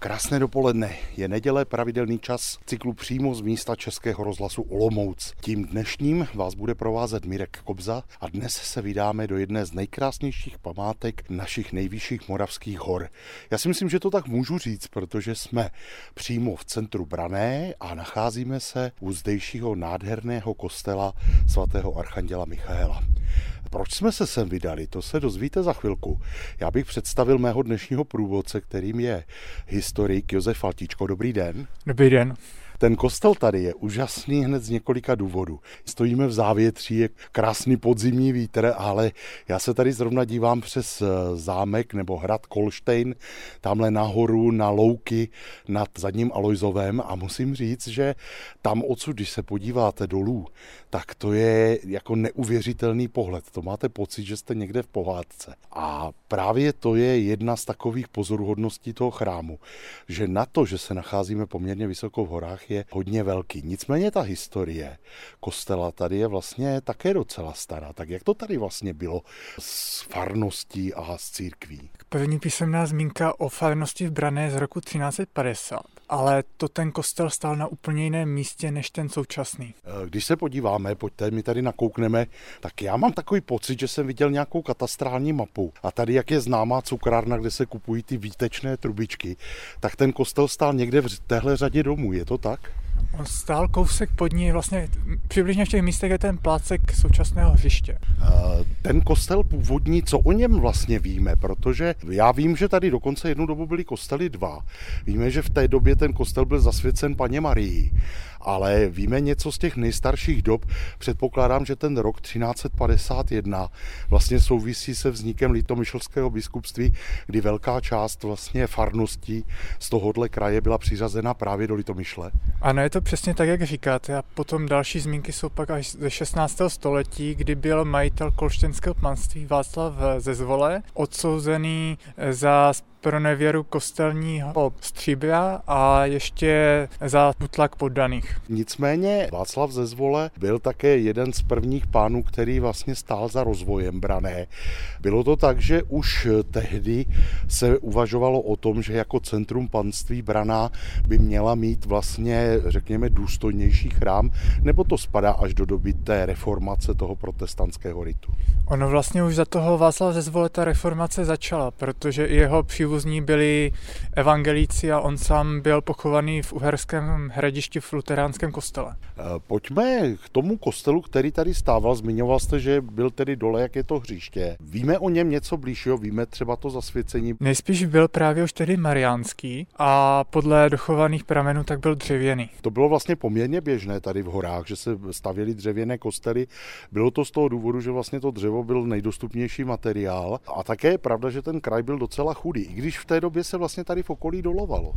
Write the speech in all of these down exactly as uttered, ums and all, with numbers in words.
Krásné dopoledne. Je neděle, pravidelný čas cyklu přímo z místa Českého rozhlasu Olomouc. Tím dnešním vás bude provázet Mirek Kobza a dnes se vydáme do jedné z nejkrásnějších památek našich nejvyšších moravských hor. Já si myslím, že to tak můžu říct, protože jsme přímo v centru Branné a nacházíme se u zdejšího nádherného kostela svatého archanděla Michaela. Proč jsme se sem vydali, to se dozvíte za chvilku. Já bych představil mého dnešního průvodce, kterým je historik Josef Faltíčko. Dobrý den. Dobrý den. Ten kostel tady je úžasný hned z několika důvodů. Stojíme v závětří, je krásný podzimní vítr, ale já se tady zrovna dívám přes zámek nebo hrad Kolštejn, tamhle nahoru na louky nad Zadním Alojzovem a musím říct, že tam odsud, když se podíváte dolů, tak to je jako neuvěřitelný pohled. To máte pocit, že jste někde v pohádce. A právě to je jedna z takových pozoruhodností toho chrámu, že na to, že se nacházíme poměrně vysoko v horách, je hodně velký. Nicméně ta historie kostela tady je vlastně také docela stará. Tak jak to tady vlastně bylo s farností a s církví? První písemná zmínka o farnosti v Branné z roku třináct set padesát, ale to ten kostel stál na úplně jiném místě než ten současný. Když se podíváme, pojďte, my tady nakoukneme, tak já mám takový pocit, že jsem viděl nějakou katastrální mapu a tady, jak je známá cukrárna, kde se kupují ty výtečné trubičky, tak ten kostel stál někde v téhle řadě domů, je to tak? On stál kousek pod ní, vlastně přibližně v těch místech je ten plácek současného hřiště. Ten kostel původní, co o něm vlastně víme, protože já vím, že tady dokonce jednu dobu byly kostely dva. Víme, že v té době ten kostel byl zasvěcen Panně Marii, ale víme něco z těch nejstarších dob. Předpokládám, že ten rok třináct set padesát jedna vlastně souvisí se vznikem Litomyšlského biskupství, kdy velká část vlastně farností z tohohle kraje byla přiřazena právě do Litomyšle. Ano, je to přesně tak, jak říkáte. A potom další zmínky jsou pak až ze šestnáctého století, kdy byl majitel kolštěnského panství Václav ze Zvole odsouzený za pronevěru kostelního stříbra a ještě za útlak poddaných. Nicméně Václav ze Zvole byl také jeden z prvních pánů, který vlastně stál za rozvojem Branné. Bylo to tak, že už tehdy se uvažovalo o tom, že jako centrum panství Branná by měla mít vlastně, řekněme, důstojnější chrám, nebo to spadá až do doby té reformace toho protestantského ritu? Ono vlastně už za toho Václava ze Zvole ta reformace začala, protože i jeho příbuzní byli evangelíci a on sám byl pochovaný v Uherském Hradišti v luteránském kostele. Pojďme k tomu kostelu, který tady stával. Zmiňoval jste, že byl tedy dole, jak je to hřiště. Víme o něm něco blížšího? Víme třeba to zasvěcení? Nejspíš byl právě už tedy mariánský a podle dochovaných pramenů tak byl dřevěný. To bylo vlastně poměrně běžné tady v horách, že se stavěly dřevěné kostely. Bylo to z toho důvodu, že vlastně to dřevo byl nejdostupnější materiál a také je pravda, že ten kraj byl docela chudý, i když v té době se vlastně tady v okolí dolovalo.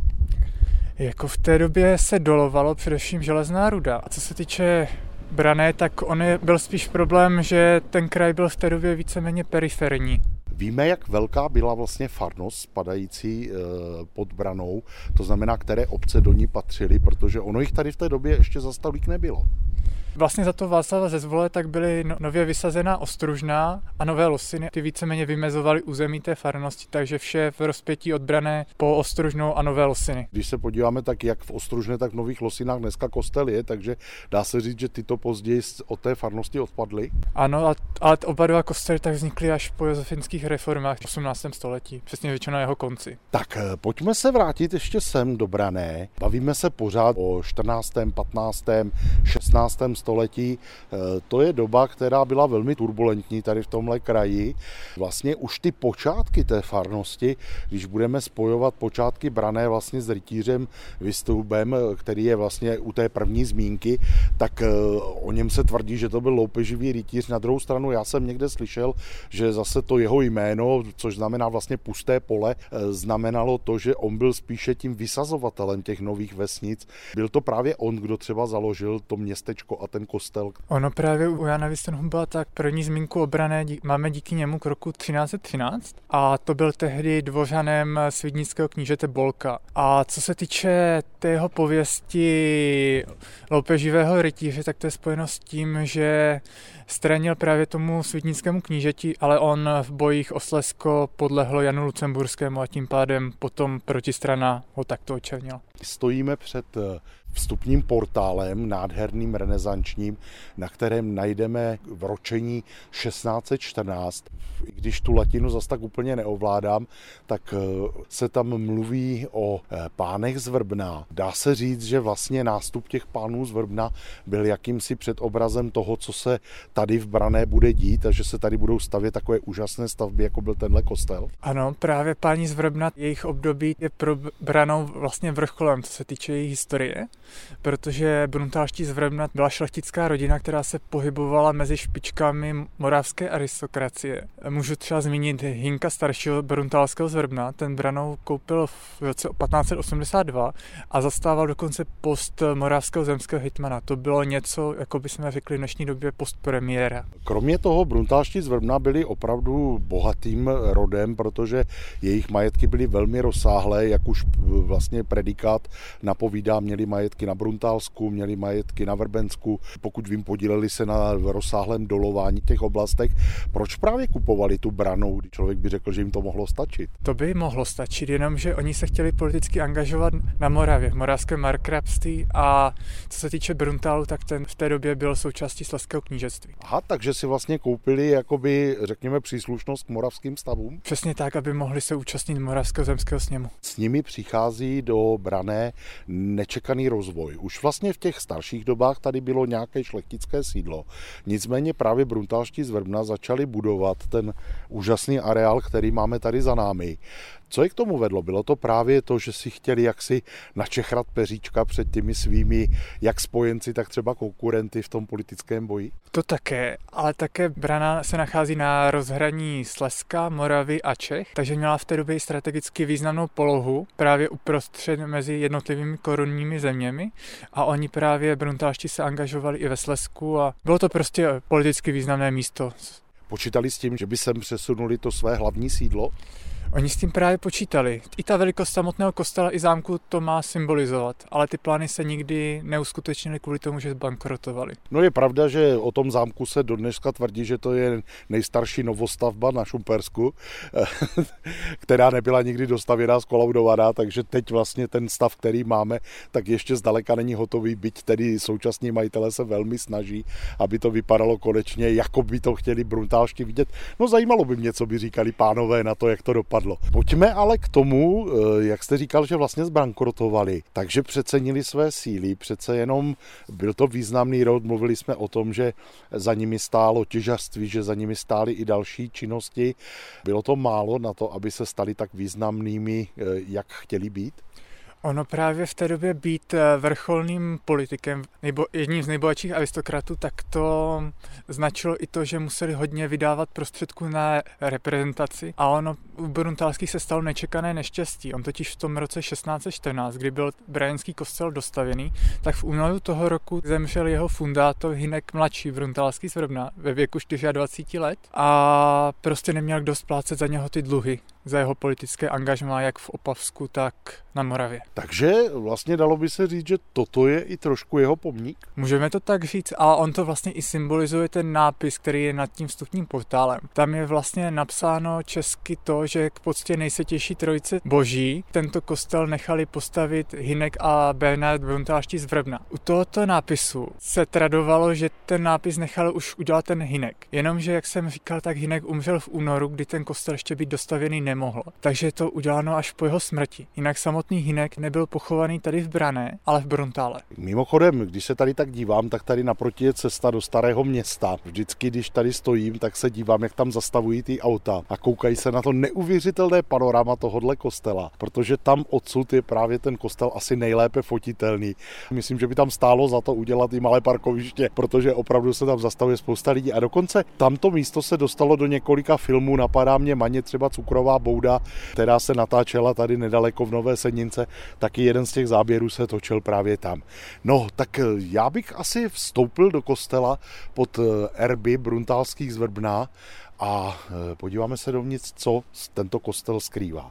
Jako v té době se dolovalo především železná ruda. A co se týče Branné, tak on je, byl spíš problém, že ten kraj byl v té době víceméně periferní. Víme, jak velká byla vlastně farnost spadající pod Brannou, to znamená, které obce do ní patřily, protože ono jich tady v té době ještě zas tolik nebylo. Vlastně za to Václava ze Zvole tak byly nově vysazená Ostružná a Nové Losiny. Ty víceméně vymezovaly území té farnosti, takže vše v rozpětí od Branné po Ostružnou a Nové Losiny. Když se podíváme, tak jak v Ostružné, tak v Nových Losinách dneska kostel je, takže dá se říct, že tyto později od té farnosti odpadly. Ano, ale oba dva kostely tak vznikly až po josefinských reformách v osmnáctém století, přesně řečeno jeho konci. Tak pojďme se vrátit ještě sem do Branné. Bavíme se pořád o čtrnáctém, patnáctém, šestnáctém století. To je doba, která byla velmi turbulentní tady v tomhle kraji. Vlastně už ty počátky té farnosti, když budeme spojovat počátky Branné vlastně s rytířem Vystubem, který je vlastně u té první zmínky, tak o něm se tvrdí, že to byl loupeživý rytíř. Na druhou stranu já jsem někde slyšel, že zase to jeho jméno, což znamená vlastně pusté pole, znamenalo to, že on byl spíše tím vysazovatelem těch nových vesnic. Byl to právě on, kdo třeba založil to městečko a ten kostel. Ono právě u Jana Vistenhuba tak první zmínku o Branné máme díky němu k roku třináct set třináct a to byl tehdy dvořanem svídnického knížete Bolka. A co se týče té jeho pověsti loupeživého rytíře, tak to je spojeno s tím, že stranil právě tomu světnickému knížeti, ale on v bojích o Slezsko podlehl Janu Lucemburskému a tím pádem potom protistrana ho takto očernila. Stojíme před vstupním portálem, nádherným renesančním, na kterém najdeme vročení šestnáct set čtrnáct. I když tu latinu zas tak úplně neovládám, tak se tam mluví o pánech z Vrbna. Dá se říct, že vlastně nástup těch pánů z Vrbna byl jakýmsi předobrazem toho, co se tady v Branné bude dít a že se tady budou stavět takové úžasné stavby, jako byl tenhle kostel. Ano, právě páni z Vrbna, jejich období je pro Branou vlastně vrcholem, co se týče její historie, protože bruntálští z Vrbna byla šlechtická rodina, která se pohybovala mezi špičkami moravské aristokracie. Můžu třeba zmínit Hynka staršího bruntálského z Vrbna, ten Branou koupil v roce patnáct set osmdesát dva a zastával dokonce post moravského zemského hejtmana. To bylo něco, jako bychom řekli v dnešní době post premiéra. Kromě toho bruntálští z Vrbna byli opravdu bohatým rodem, protože jejich majetky byly velmi rozsáhlé, jak už vlastně predikát napovídá, měli majetky na Bruntálsku, měli majetky na Vrbensku, pokud vím, podíleli se na rozsáhlém dolování těch oblastech. Proč právě kupovali tu Branou, když člověk by řekl, že jim to mohlo stačit? To by mohlo stačit, jenomže oni se chtěli politicky angažovat na Moravě, v moravském markrabství a co se týče Bruntálu, tak ten v té době byl součástí slezského knížectví. Aha, takže si vlastně koupili, jakoby, řekněme, příslušnost k moravským stavům? Přesně tak, aby mohli se účastnit Moravského zemského sněmu. S nimi přichází do Branné nečekaný rozvoj. Už vlastně v těch starších dobách tady bylo nějaké šlechtické sídlo. Nicméně právě bruntálští z Vrbna začali budovat ten úžasný areál, který máme tady za námi. Co je k tomu vedlo? Bylo to právě to, že si chtěli jaksi načechrat peříčka před těmi svými jak spojenci, tak třeba konkurenty v tom politickém boji? To také, ale také Brana se nachází na rozhraní Slezska, Moravy a Čech, takže měla v té době strategicky významnou polohu právě uprostřed mezi jednotlivými korunními zeměmi a oni právě bruntálští se angažovali i ve Slezsku a bylo to prostě politicky významné místo. Počítali s tím, že by sem přesunuli to své hlavní sídlo? Oni s tím právě počítali. I ta velikost samotného kostela i zámku to má symbolizovat, ale ty plány se nikdy neuskutečnily kvůli tomu, že zbankrotovali. No je pravda, že o tom zámku se dodneška tvrdí, že to je nejstarší novostavba na Šumpersku, která nebyla nikdy dostavěná, zkolaudovaná, takže teď vlastně ten stav, který máme, tak ještě zdaleka není hotový, byť tedy současní majitelé se velmi snaží, aby to vypadalo konečně, jako by to chtěli bruntálští vidět. No zajímalo by mě, co by říkali pánové na to, jak to dopadlo. Pojďme ale k tomu, jak jste říkal, že vlastně zbankrotovali, takže přecenili své síly, přece jenom byl to významný rod, mluvili jsme o tom, že za nimi stálo těžařství, že za nimi stály i další činnosti. Bylo to málo na to, aby se stali tak významnými, jak chtěli být? Ono právě v té době být vrcholným politikem, nebo jedním z nejbohatších aristokratů, tak to značilo i to, že museli hodně vydávat prostředků na reprezentaci a ono u bruntálských se stalo nečekané neštěstí. On totiž v tom roce šestnáct set čtrnáct, kdy byl bránský kostel dostavěný, tak v únoru toho roku zemřel jeho fundátor Hynek mladší bruntálský z Vrbna ve věku dvacet čtyři let a prostě neměl kdo splácet za něho ty dluhy, za jeho politické angažmá jak v Opavsku, tak na Moravě. Takže vlastně dalo by se říct, že toto je i trošku jeho pomník? Můžeme to tak říct, ale on to vlastně i symbolizuje ten nápis, který je nad tím vstupním portálem. Tam je vlastně napsáno česky to, že k poctě nejsvětější trojice boží tento kostel nechali postavit Hynek a Bernard bruntálští z Vrbna. U tohoto nápisu se tradovalo, že ten nápis nechal už udělat ten Hynek. Jenomže, jak jsem říkal, tak Hynek umřel v únoru, kdy ten kostel ještě být dostavěný nemohl. Takže je to uděláno až po jeho smrti. Jinak samotný Hynek nebyl pochovaný tady v Branné, ale v Bruntále. Mimochodem, když se tady tak dívám, tak tady naproti je cesta do Starého Města. Vždycky, když tady stojím, tak se dívám, jak tam zastavují ty auta a koukají se na to neuvěřitelné panorama tohodle kostela, protože tam odsud je právě ten kostel asi nejlépe fotitelný. Myslím, že by tam stálo za to udělat i malé parkoviště, protože opravdu se tam zastavuje spousta lidí a dokonce tamto místo se dostalo do několika filmů. Napadá mě Maně třeba Cukrová bouda, která se natáčela tady nedaleko v Nové Senince, taky jeden z těch záběrů se točil právě tam. No, tak já bych asi vstoupil do kostela pod erby bruntálských z Vrbna a podíváme se dovnitř, co tento kostel skrývá.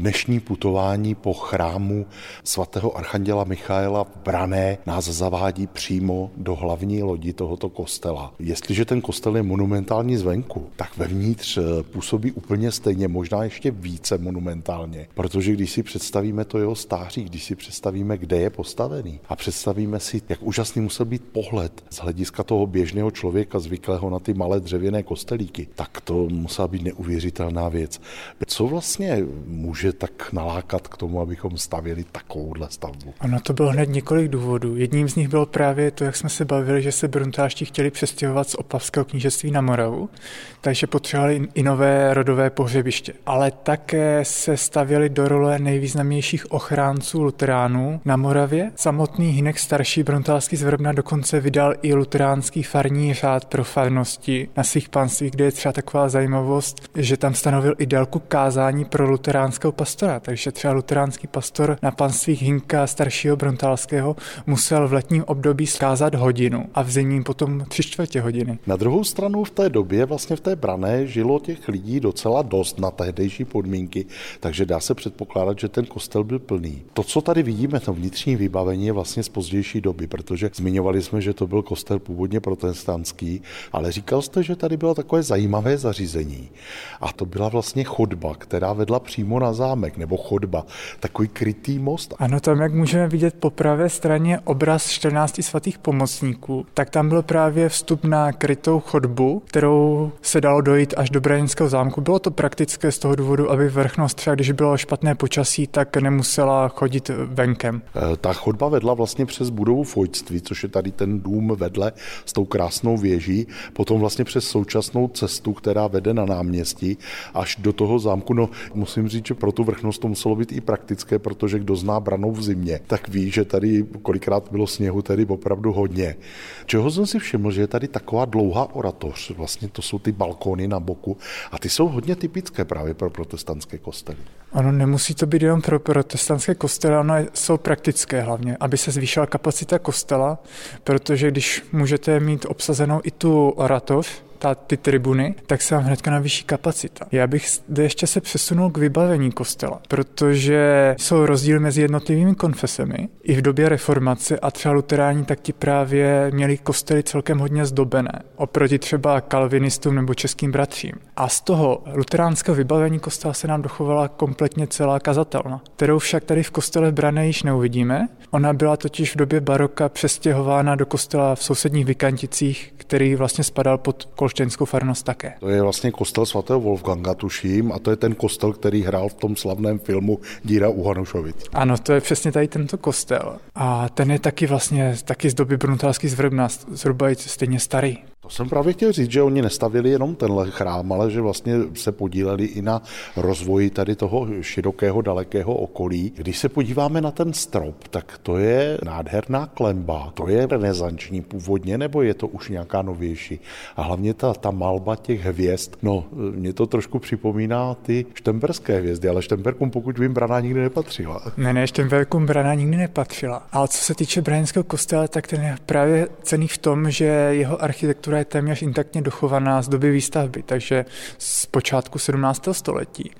Dnešní putování po chrámu svatého archanděla Michaela v Branné nás zavádí přímo do hlavní lodi tohoto kostela. Jestliže ten kostel je monumentální zvenku, tak vevnitř působí úplně stejně, možná ještě více monumentálně, protože když si představíme to jeho stáří, když si představíme, kde je postavený a představíme si, jak úžasný musel být pohled z hlediska toho běžného člověka zvyklého na ty malé dřevěné kostelíky, tak to musela být neuvěřitelná věc. Co vlastně může tak nalákat k tomu, abychom stavěli takovouhle stavbu? Ono to bylo hned několik důvodů. Jedním z nich bylo právě to, jak jsme se bavili, že se Bruntářští chtěli přestěhovat z Opavského knížectví na Moravu, takže potřebovali i nové rodové pohřebiště. Ale také se stavěli do role nejvýznamnějších ochránců luteránů na Moravě. Samotný Hynek starší Bruntálský z Vrbna dokonce vydal i luteránský farní řád pro farnosti na svých panstvích, kde je třeba taková zajímavost, že tam stanovil i délku kázání pro luteránského pastora, takže třeba luteránský pastor na panstvích Hynka staršího Bruntálského musel v letním období skázat hodinu a v zimním potom tři čtvrtě hodiny. Na druhou stranu v té době vlastně v té Branné žilo těch lidí docela dost na tehdejší podmínky, takže dá se předpokládat, že ten kostel byl plný. To, co tady vidíme, to vnitřní vybavení je vlastně z pozdější doby, protože zmiňovali jsme, že to byl kostel původně protestantský, ale říkal jste, že tady bylo takové zajímavé zařízení. A to byla vlastně chodba, která vedla přímo na zámek, nebo chodba, takový krytý most. Ano, tam, jak můžeme vidět po pravé straně obraz čtrnácti svatých pomocníků, tak tam byl právě vstup na krytou chodbu, kterou se dalo dojít až do Brněnského zámku. Bylo to praktické z toho důvodu, aby vrchnost třeba, když bylo špatné počasí, tak nemusela chodit venkem. Ta chodba vedla vlastně přes budovu fojtství, což je tady ten dům vedle s tou krásnou věží, potom vlastně přes současnou cestu, která vede na náměstí až do toho zámku. No, musím říct, že pro tu vrchnost to muselo být i praktické, protože kdo zná Brnou v zimě, tak ví, že tady kolikrát bylo sněhu tady opravdu hodně. Čeho jsem si všiml, že je tady taková dlouhá oratoř, vlastně to jsou ty balkóny na boku a ty jsou hodně typické právě pro protestantské kostely. Ono nemusí to být jenom pro protestantské kostely, ono jsou praktické hlavně, aby se zvýšila kapacita kostela, protože když můžete mít obsazenou i tu oratoř, ta, ty tribuny, tak se vám hnedka navýší kapacita. Já bych zde ještě se přesunul k vybavení kostela, protože jsou rozdíly mezi jednotlivými konfesemi. I v době reformace a třeba luteráni tak ti právě měli kostely celkem hodně zdobené, oproti třeba kalvinistům nebo českým bratřím. A z toho luteránského vybavení kostela se nám dochovala kompletně celá kazatelna, kterou však tady v kostele v Branné již neuvidíme. Ona byla totiž v době baroka přestěhována do kostela v sousedních Vikanticích, který vlastně spadal pod kolštejnskou farnost také. To je vlastně kostel svatého Wolfganga, tuším, a to je ten kostel, který hrál v tom slavném filmu Díra u Hanušovic. Ano, to je přesně tady tento kostel. A ten je taky vlastně taky z doby Bruntálský z Vrbna, zhruba stejně starý. To jsem právě chtěl říct, že oni nestavili jenom tenhle chrám, ale že vlastně se podíleli i na rozvoji tady toho širokého, dalekého okolí. Když se podíváme na ten strop, tak to je nádherná klenba. To je renesanční původně, nebo je to už nějaká novější? A hlavně ta, ta malba těch hvězd, no, mě to trošku připomíná ty štemberské hvězdy, ale Štemberkům, pokud vím, Branná nikdy nepatřila. Ne, ne, Štemberkům Branná nikdy nepatřila. Ale co se týče brněnského kostela, tak ten je právě cenný v tom, že jeho architektura je téměř intaktně dochovaná z doby výstavby, takže z počátku sedmnáctého století.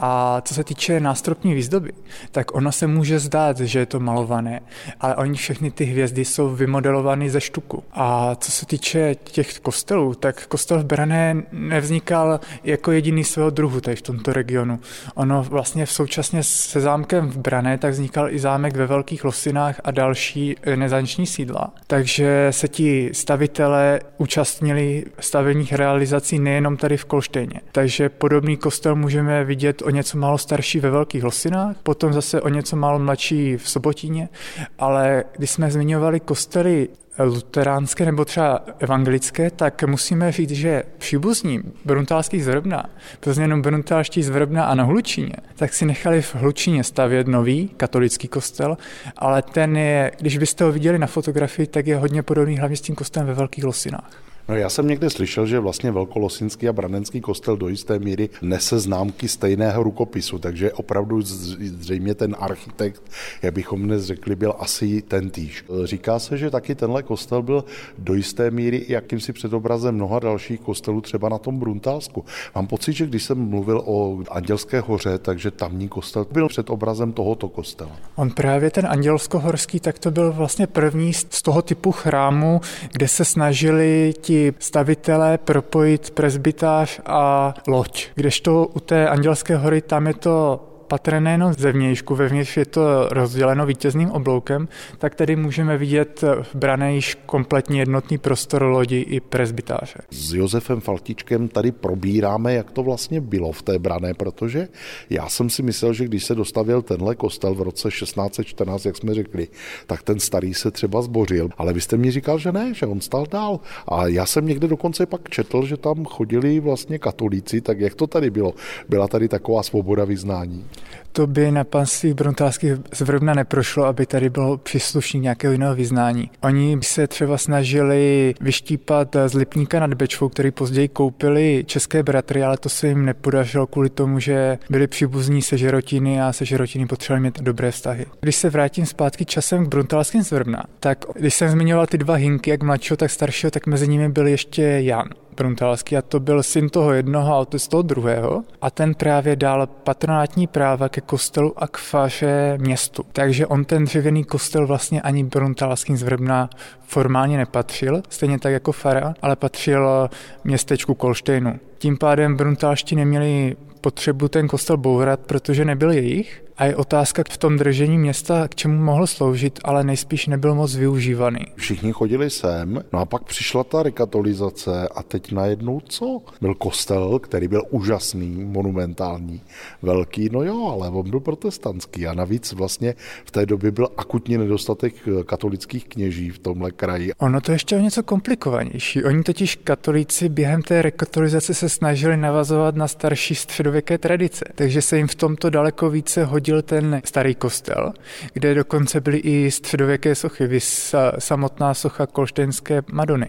A co se týče nástropní výzdoby, tak ono se může zdát, že je to malované, ale oni všechny ty hvězdy jsou vymodelovány ze štuku. A co se týče těch kostelů, tak kostel v Branné nevznikal jako jediný svého druhu tady v tomto regionu. Ono vlastně v současně se zámkem v Branné tak vznikal i zámek ve Velkých Losinách a další renesanční sídla. Takže se ti stavitelé účastnili stavebních realizací nejenom tady v Kolštejně. Takže podobný kostel můžeme vidět o něco málo starší ve Velkých Losinách, potom zase o něco málo mladší v Sobotíně, ale když jsme zmiňovali kostely luteránské nebo třeba evangelické, tak musíme říct, že příbuzní Bruntálský z Vrbna, prostě jenom Bruntálští z Vrbna a na Hlučíně, tak si nechali v Hlučíně stavět nový katolický kostel, ale ten je, když byste ho viděli na fotografii, tak je hodně podobný hlavně s tím kostelem ve Velkých Losinách. No, já jsem někde slyšel, že vlastně velkolosynský a branenský kostel do jisté míry nese známky stejného rukopisu, takže opravdu zřejmě ten architekt, jak bychom dnes řekli, byl asi tentýž. Říká se, že taky tenhle kostel byl do jisté míry i jakýmsi předobrazem mnoha dalších kostelů, třeba na tom Bruntálsku. Mám pocit, že když jsem mluvil o Andělské hoře, takže tamní kostel byl předobrazem tohoto kostela. On právě ten Andělskohorský, tak to byl vlastně první z toho typu chrámu, kde se snažili ti stavitelé propojit presbytář a loď. Kdežto u té Andělské hory tam je to patrné jenom zevnějšku, vevnitř je to rozděleno vítězným obloukem, tak tady můžeme vidět v brané již kompletně jednotný prostor lodi i presbytáře. S Josefem Faltičkem tady probíráme, jak to vlastně bylo v té brané, protože já jsem si myslel, že když se dostavil tenhle kostel v roce šestnáct set čtrnáct, jak jsme řekli, tak ten starý se třeba zbořil, ale vy jste mi říkal, že ne, že on stál dál. A já jsem někde dokonce pak četl, že tam chodili vlastně katolíci, tak jak to tady bylo? Byla tady taková svoboda vyznání? To by na panství bruntálských zrovna neprošlo, aby tady bylo příslušník nějakého jiného vyznání. Oni se třeba snažili vyštípat z Lipníka nad Bečvou, který později koupili české bratry, ale to se jim nepodařilo kvůli tomu, že byli příbuzní se Žerotiny a se Žerotiny potřebovali mít dobré vztahy. Když se vrátím zpátky časem k bruntálským zvrna, tak když jsem zmiňoval ty dva Hinky, jak mladšího, tak staršího, tak mezi nimi byl ještě Jan Bruntálský a to byl syn toho jednoho a otec toho druhého a ten právě dal patronátní práva ke kostelu a k faře městu. Takže on ten dřevěný kostel vlastně ani Bruntálským z Vrbna formálně nepatřil, stejně tak jako fara, ale patřil městečku Kolštejnu. Tím pádem Bruntálští neměli potřebu ten kostel bourat, protože nebyl jejich. A je otázka v tom držení města, k čemu mohl sloužit, ale nejspíš nebyl moc využívaný. Všichni chodili sem, no a pak přišla ta rekatolizace a teď najednou co? Byl kostel, který byl úžasný, monumentální, velký, no jo, ale on byl protestantský a navíc vlastně v té době byl akutní nedostatek katolických kněží v tomhle kraji. Ono to ještě o něco komplikovanější. Oni totiž katolíci během té rekatolizace se snažili navazovat na starší středověké tradice, takže se jim v tomto daleko více hodil ten starý kostel, kde dokonce byly i středověké sochy, vys samotná socha kolštejnské Madony.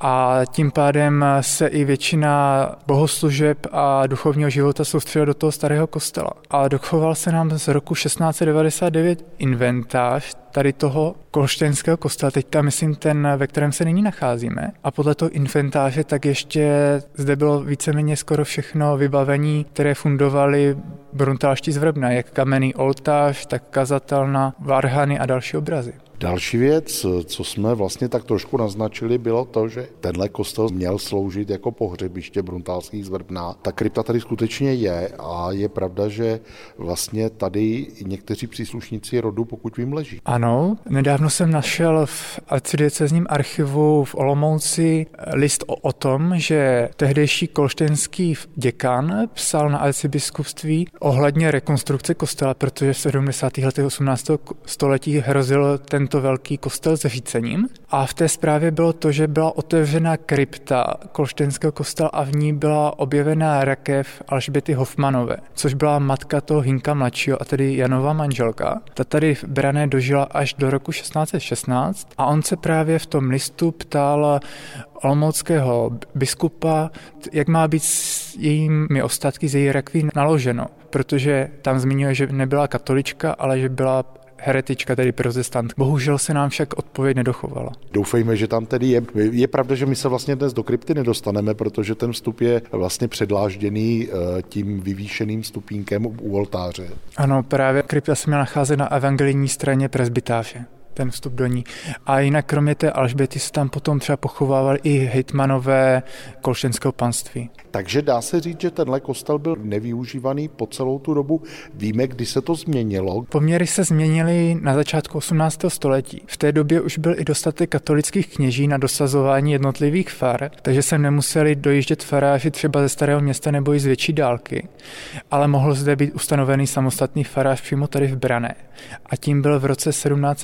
A tím pádem se i většina bohoslužeb a duchovního života soustředila do toho starého kostela. A dochoval se nám z roku šestnáct set devadesát devět inventář tady toho kolštejnského kostela, teď tam myslím ten, ve kterém se nyní nacházíme. A podle toho inventáře tak ještě zde bylo víceméně skoro všechno vybavení, které fundovali Bruntálští z Vrbna, jak kamenný oltář, tak kazatelna, varhany a další obrazy. Další věc, co jsme vlastně tak trošku naznačili, bylo to, že tenhle kostel měl sloužit jako pohřebiště Bruntálských z Vrbna. Ta krypta tady skutečně je a je pravda, že vlastně tady někteří příslušníci rodu, pokud vím, leží. Ano, nedávno jsem našel v arcidiecézním archivu v Olomouci list o, o tom, že tehdejší kolštejnský děkan psal na arcibiskupství ohledně rekonstrukce kostela, protože v sedmdesátých letech osmnáctého století hrozil ten to velký kostel s řícením a v té zprávě bylo to, že byla otevřena krypta kolštejnského kostela a v ní byla objevena rakev Alžběty Hofmanové, což byla matka toho Hinka mladšího a tedy Janova manželka. Ta tady v Brané dožila až do roku šestnáct set šestnáct a on se právě v tom listu ptal olomouckého biskupa, jak má být s jejími ostatky z její rakví naloženo, protože tam zmiňuje, že nebyla katolička, ale že byla heretička, tedy protestant. Bohužel se nám však odpověď nedochovala. Doufejme, že tam tedy je. Je pravda, že my se vlastně dnes do krypty nedostaneme, protože ten vstup je vlastně předlážděný tím vyvýšeným stupínkem u oltáře. Ano, právě krypta se měla nacházet na evangelijní straně presbytáře, ten vstup do ní. A jinak kromě té Alžběty se tam potom třeba pochovávali i hejtmanové kolštejnského panství. Takže dá se říct, že tenhle kostel byl nevyužívaný po celou tu dobu. Víme, kdy se to změnilo? Poměry se změnily na začátku osmnáctého století. V té době už byl i dostatek katolických kněží na dosazování jednotlivých far, takže se nemuseli dojíždět faráři třeba ze Starého Města nebo i z větší dálky, ale mohl zde být ustanovený samostatný farář přímo tady v Brané. A tím byl v roce sedmnáct set jedenáct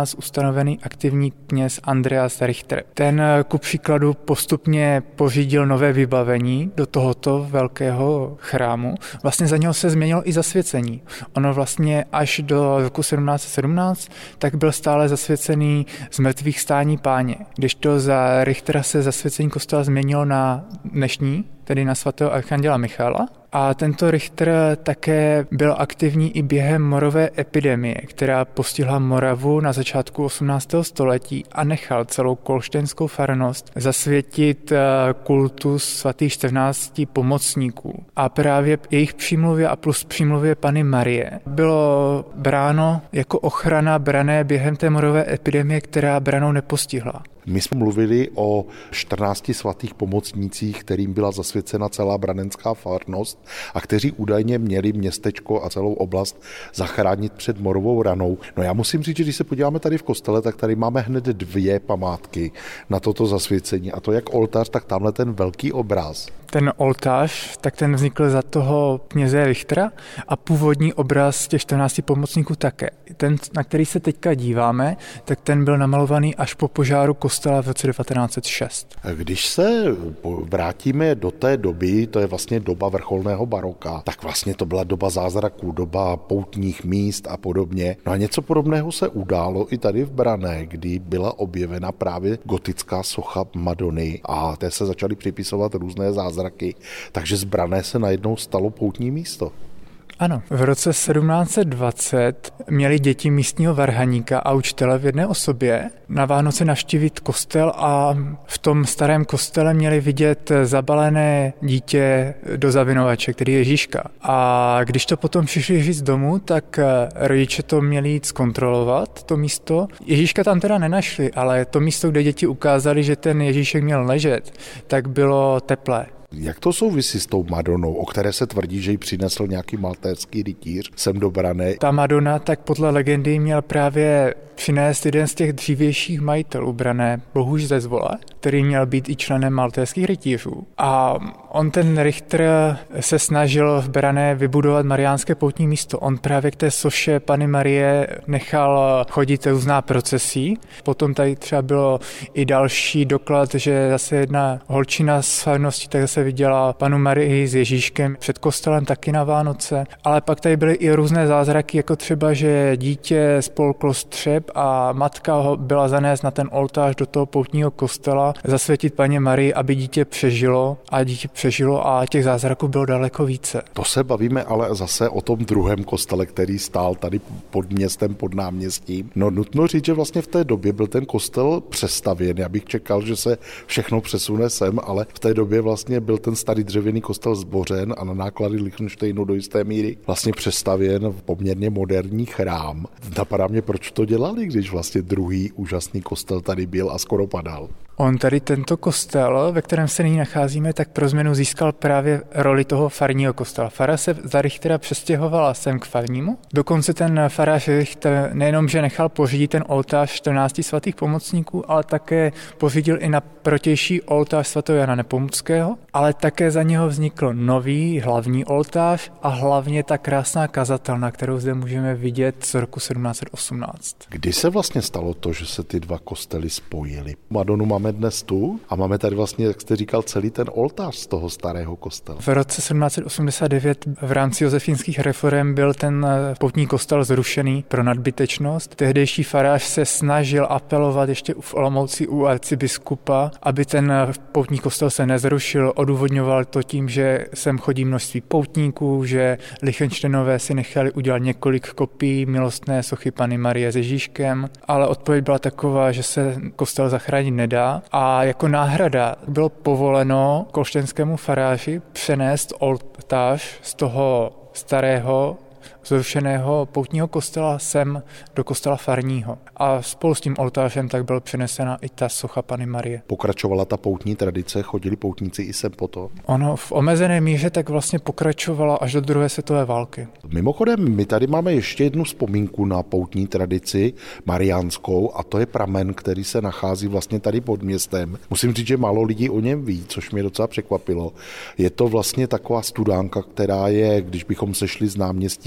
sedmnáct ustanovený aktivní kněz Andreas Richter. Ten ku příkladu postupně pořídil nové vybavení do tohoto velkého chrámu. Vlastně za něho se změnilo i zasvěcení. Ono vlastně až do roku sedmnáct sedmnáct tak byl stále zasvěcený z mrtvých stání Páně. Když to za Richtera se zasvěcení kostela změnilo na dnešní, tedy na svatého archanděla Michala. A tento Richter také byl aktivní i během morové epidemie, která postihla Moravu na začátku osmnáctého století a nechal celou kolštejnskou farnost zasvětit kultus svatých čtrnácti pomocníků. A právě jejich přímluvě a plus přímluvě Panny Marie bylo bráno jako ochrana brané během té morové epidemie, která branou nepostihla. My jsme mluvili o čtrnácti svatých pomocnících, kterým byla zasvěcena celá branenská farnost a kteří údajně měli městečko a celou oblast zachránit před morovou ranou. No já musím říct, že když se podíváme tady v kostele, tak tady máme hned dvě památky na toto zasvěcení. A to jak oltář, tak tamhle ten velký obraz. Ten oltář, tak ten vznikl za toho kněze Richtera a původní obraz těch čtrnácti pomocníků také. Ten, na který se teďka díváme, tak ten byl namalovaný až po požáru kostela v roce devatenáct set šest. Když se vrátíme do té doby, to je vlastně doba vrcholného baroka, tak vlastně to byla doba zázraků, doba poutních míst a podobně. No a něco podobného se událo i tady v Branné, kdy byla objevena právě gotická socha Madony a té se začaly připisovat různé zázraky, takže z Branné se najednou stalo poutní místo. Ano, v roce sedmnáct set dvacet měli děti místního varhaníka a učitele v jedné osobě na Vánoce navštívit kostel a v tom starém kostele měli vidět zabalené dítě do zavinovače, který je Ježíška. A když to potom přišli říct domů, tak rodiče to měli jít zkontrolovat, to místo. Ježíška tam teda nenašli, ale to místo, kde děti ukázali, že ten Ježíšek měl ležet, tak bylo teplé. Jak to souvisí s tou Madonou, o které se tvrdí, že ji přinesl nějaký maltéský rytíř sem do Branné? Ta Madonna tak podle legendy měl právě přinést jeden z těch dřívějších majitelů Branné, Bohuž ze Zvole, který měl být i členem maltéských rytířů. A on ten Richter se snažil v Branné vybudovat mariánské poutní místo. On právě k té soše Panny Marie nechal chodit různá procesí. Potom tady třeba bylo i další doklad, že zase jedna holčina z farnosti tak zase viděla Pannu Marii s Ježíškem před kostelem taky na Vánoce. Ale pak tady byly i různé zázraky, jako třeba, že dítě spolklo střep a matka ho byla zanést na ten oltář do toho poutního kostela, zasvětit Panně Marii, aby dítě přežilo a dítě přežilo a těch zázraků bylo daleko více. To se bavíme ale zase o tom druhém kostele, který stál tady pod městem, pod náměstím. No nutno říct, že vlastně v té době byl ten kostel přestavěn. Já bych čekal, že se všechno přesune sem, ale v té době vlastně byl ten starý dřevěný kostel zbořen a na náklady Lichtensteinu do jisté míry vlastně přestavěn v poměrně moderní chrám. Napadá mě, proč to dělali, když vlastně druhý úžasný kostel tady byl a skoro padal. On tady tento kostel, ve kterém se nyní nacházíme, tak pro změnu získal právě roli toho farního kostela. Fara se za Richtera přestěhovala sem k farnímu. Dokonce ten farář Richter nejenom, že nechal pořídit ten oltář čtrnácti svatých pomocníků, ale také pořídil i na protější oltář svatého Jana Nepomuckého, ale také za něho vznikl nový hlavní oltář a hlavně ta krásná kazatelna, kterou zde můžeme vidět z roku sedmnáct set osmnáct. Kdy se vlastně stalo to, že se ty dva kostely spojily? Madonu máme dnes tu a máme tady vlastně, jak jste říkal, celý ten oltář z toho starého kostela. V roce sedmnáct set osmdesát devět v rámci josefínských reforem byl ten poutní kostel zrušený pro nadbytečnost. Tehdejší farář se snažil apelovat ještě v Olomouci u arcibiskupa, aby ten poutní kostel se nezrušil. Odůvodňoval to tím, že sem chodí množství poutníků, že Lichtenštejnové si nechali udělat několik kopií milostné sochy Panny Marie s Ježíškem, ale odpověď byla taková, že se kostel zachránit nedá. A jako náhrada bylo povoleno kolštejnskému faráři přenést oltář z toho starého zrušeného poutního kostela sem do kostela farního. A spolu s tím oltářem tak byl přenesena i ta socha Panny Marie. Pokračovala ta poutní tradice, chodili poutníci i sem potom? Ono v omezené míře tak vlastně pokračovala až do druhé světové války. Mimochodem, my tady máme ještě jednu vzpomínku na poutní tradici mariánskou a to je pramen, který se nachází vlastně tady pod městem. Musím říct, že málo lidí o něm ví, což mě docela překvapilo. Je to vlastně taková studánka, která je, když bychom sešli z náměstí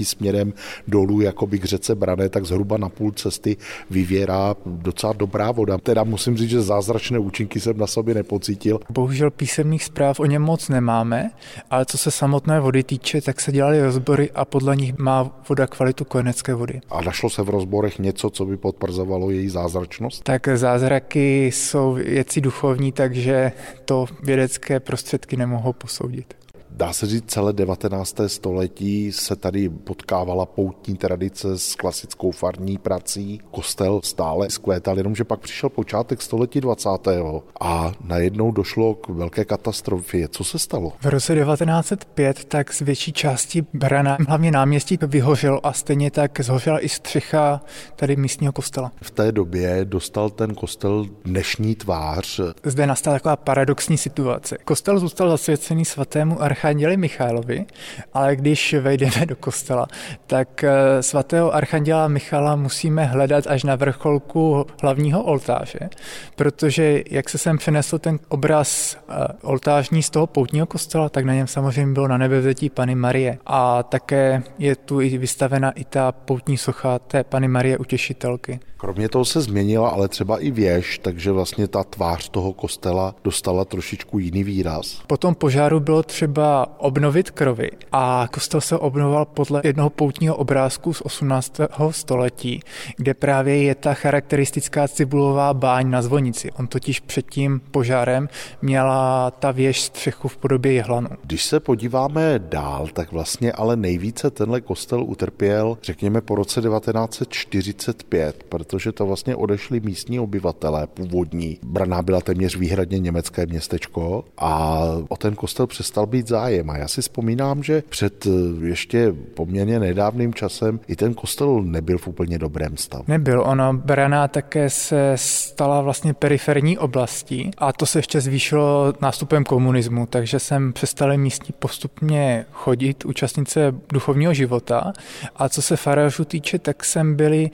náměstí směrem dolů, jakoby k řece Brané, tak zhruba na půl cesty vyvěrá docela dobrá voda. Teda musím říct, že zázračné účinky jsem na sobě nepocítil. Bohužel písemných zpráv o něm moc nemáme, ale co se samotné vody týče, tak se dělaly rozbory a podle nich má voda kvalitu kojenecké vody. A našlo se v rozborech něco, co by potvrzovalo její zázračnost? Tak zázraky jsou věci duchovní, takže to vědecké prostředky nemohou posoudit. Dá se říct, celé devatenácté století se tady potkávala poutní tradice s klasickou farní prací. Kostel stále zkvétal, jenomže pak přišel počátek století dvacátého a najednou došlo k velké katastrofě. Co se stalo? V roce devatenáct set pět tak z větší části Brna, hlavně náměstí, vyhořelo a stejně tak zhořela i střecha tady místního kostela. V té době dostal ten kostel dnešní tvář. Zde nastala taková paradoxní situace. Kostel zůstal zasvěcený svatému archanděli Michailovi, ale když vejdeme do kostela, tak svatého archanděla Michala musíme hledat až na vrcholku hlavního oltáře, protože jak se sem přenesl ten obraz oltářní z toho poutního kostela, tak na něm samozřejmě bylo Nanebevzetí Panny Marie. A také je tu i vystavena i ta poutní socha té Panny Marie Utěšitelky. Kromě toho se změnila ale třeba i věž, takže vlastně ta tvář toho kostela dostala trošičku jiný výraz. Po tom požáru bylo třeba obnovit krovy a kostel se obnovoval podle jednoho poutního obrázku z osmnáctého století, kde právě je ta charakteristická cibulová báň na zvonici. On totiž před tím požárem měla ta věž střechu v podobě jehlanu. Když se podíváme dál, tak vlastně ale nejvíce tenhle kostel utrpěl, řekněme, po roce devatenáct set čtyřicet pět, protože to vlastně odešli místní obyvatelé původní. Brna byla téměř výhradně německé městečko a o ten kostel přestal být zájem. A já si vzpomínám, že před ještě poměrně nedávným časem i ten kostel nebyl v úplně dobrém stavu. Nebyl. Ono, Brna také se stala vlastně periferní oblastí a to se ještě zvýšilo nástupem komunismu, takže sem přestali místní postupně chodit, účastnit se duchovního života. A co se farářů týče, tak sem byli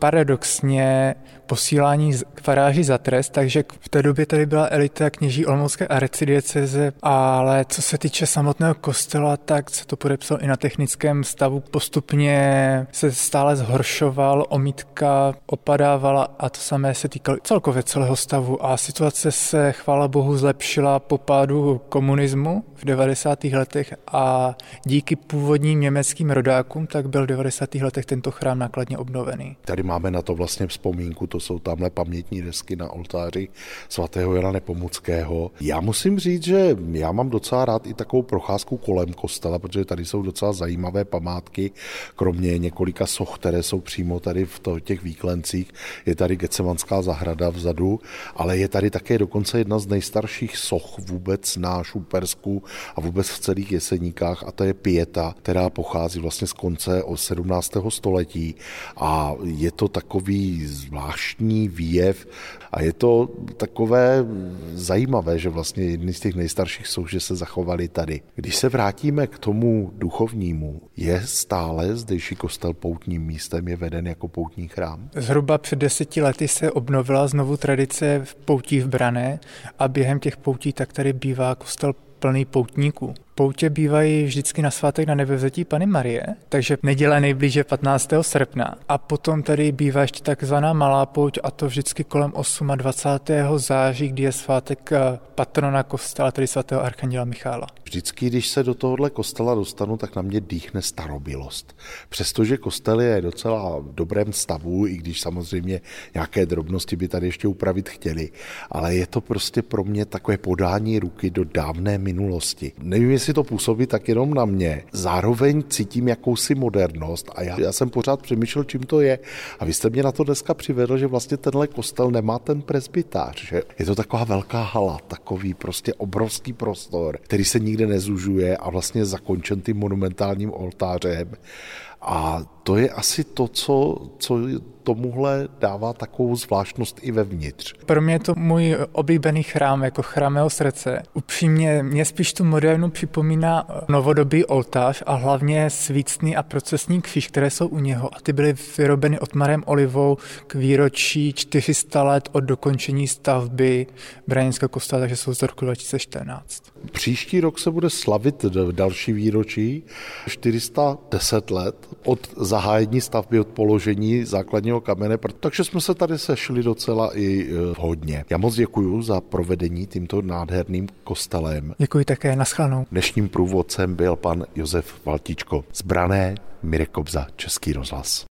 paradoxně posílání k faráři za trest, takže v té době tady byla elita kněží olomoucké arcidiecéze, ale co se týče samotného kostela, tak se to podepsalo i na technickém stavu. Postupně se stále zhoršoval, omítka opadávala a to samé se týkalo celkově celého stavu a situace se, chvála bohu, zlepšila po pádu komunismu v devadesátých letech a díky původním německým rodákům tak byl v devadesátých letech tento chrám nákladně obnovený. Tady máme na to vlastně vzpomínku, to jsou tamhle pamětní desky na oltáři svatého Jana Nepomuckého. Já musím říct, že já mám docela rád i takovou procházku kolem kostela, protože tady jsou docela zajímavé památky, kromě několika soch, které jsou přímo tady v těch výklencích. Je tady Getsemanská zahrada vzadu, ale je tady také dokonce jedna z nejstarších soch vůbec na Šupersku a vůbec v celých Jeseníkách a to je Pieta, která pochází vlastně z konce sedmnáctého století a je to takový zvláštní výjev a je to takové zajímavé, že vlastně jedny z těch nejstarších soch, že se zachovaly tady. Když se vrátíme k tomu duchovnímu, je stále zdejší kostel poutním místem, je veden jako poutní chrám? Zhruba před deseti lety se obnovila znovu tradice v poutí v Brané a během těch poutí tak tady bývá kostel plný poutníků. Poutě bývají vždycky na svátek Nanebevzetí Panny Marie, takže neděle nejblíže patnáctého srpna. A potom tady bývá ještě takzvaná malá pouť a to vždycky kolem dvacátého osmého září, kdy je svátek patrona kostela, tedy svatého archanděla Michaila. Vždycky, když se do tohohle kostela dostanu, tak na mě dýchne starobylost. Přestože kostel je docela v dobrém stavu, i když samozřejmě nějaké drobnosti by tady ještě upravit chtěli, ale je to prostě pro mě takové podání ruky do dávné minulosti. Nevím, jestli to působí tak jenom na mě. Zároveň cítím jakousi modernost a já, já jsem pořád přemýšlel, čím to je. A vy jste mě na to dneska přivedl, že vlastně tenhle kostel nemá ten presbytář, že je to taková velká hala, takový prostě obrovský prostor, který se nikde nezužuje a vlastně je zakončen tím monumentálním oltářem. A to je asi to, co, co tomuhle dává takovou zvláštnost i vevnitř. Pro mě je to můj oblíbený chrám, jako chrám mého srdce. Upřímně, mě spíš tu modernu připomíná novodobý oltář a hlavně svícný a procesní kříž, které jsou u něho. A ty byly vyrobeny Otmarem Olivou k výročí čtyři sta let od dokončení stavby Brněnského kostela, takže jsou z roku dva tisíce čtrnáct. Příští rok se bude slavit další výročí, čtyři sta deset let od zahájení stavby, od položení základního kamene, takže jsme se tady sešli docela i hodně. Já moc děkuji za provedení tímto nádherným kostelem. Děkuji také, naschledanou. Dnešním průvodcem byl pan Josef Valtičko z Branné, Mirek Kobza, Český rozhlas.